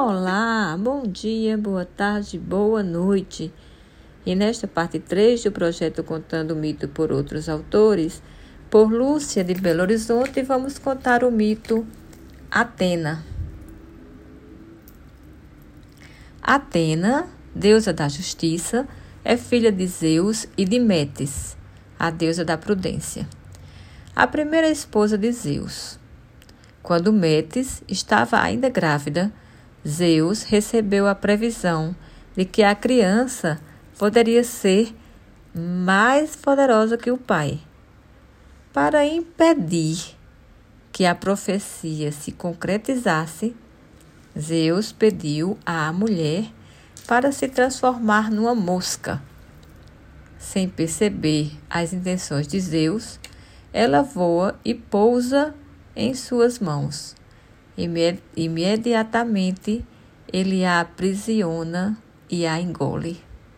Olá, bom dia, boa tarde, boa noite. E nesta parte 3 do projeto Contando o Mito por Outros Autores, por Lúcia de Belo Horizonte, vamos contar o mito Atena. Atena, deusa da justiça, é filha de Zeus e de Metis, a deusa da prudência, a primeira esposa de Zeus. Quando Metis estava ainda grávida, Zeus recebeu a previsão de que a criança poderia ser mais poderosa que o pai. Para impedir que a profecia se concretizasse, Zeus pediu à mulher para se transformar numa mosca. Sem perceber as intenções de Zeus, ela voa e pousa em suas mãos. Imediatamente, ele a aprisiona e a engole.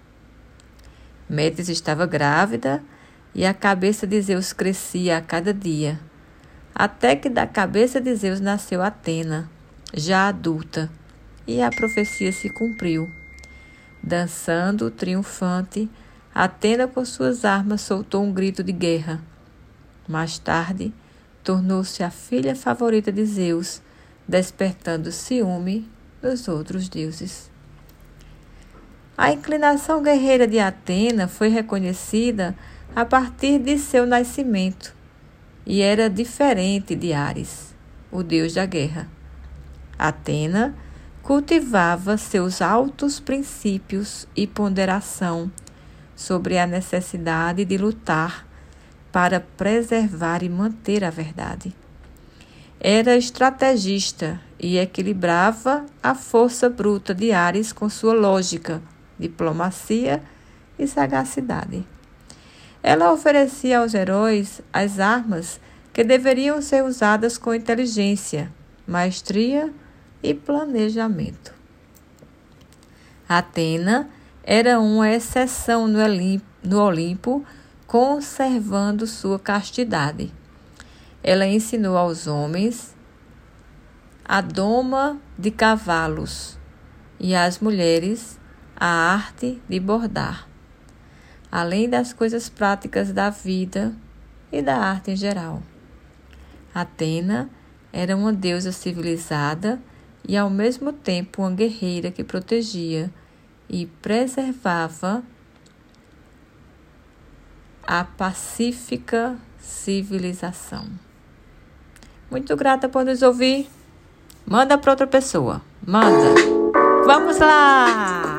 Metis estava grávida e a cabeça de Zeus crescia a cada dia, até que da cabeça de Zeus nasceu Atena, já adulta, e a profecia se cumpriu. Dançando triunfante, Atena com suas armas soltou um grito de guerra. Mais tarde, tornou-se a filha favorita de Zeus, despertando ciúme dos outros deuses. A inclinação guerreira de Atena foi reconhecida a partir de seu nascimento e era diferente de Ares, o deus da guerra. Atena cultivava seus altos princípios e ponderação sobre a necessidade de lutar para preservar e manter a verdade. Era estrategista e equilibrava a força bruta de Ares com sua lógica, diplomacia e sagacidade. Ela oferecia aos heróis as armas que deveriam ser usadas com inteligência, maestria e planejamento. Atena era uma exceção no Olimpo, conservando sua castidade. Ela ensinou aos homens a doma de cavalos e às mulheres a arte de bordar, além das coisas práticas da vida e da arte em geral. Atena era uma deusa civilizada e, ao mesmo tempo, uma guerreira que protegia e preservava a pacífica civilização. Muito grata por nos ouvir. Manda para outra pessoa. Manda. Vamos lá!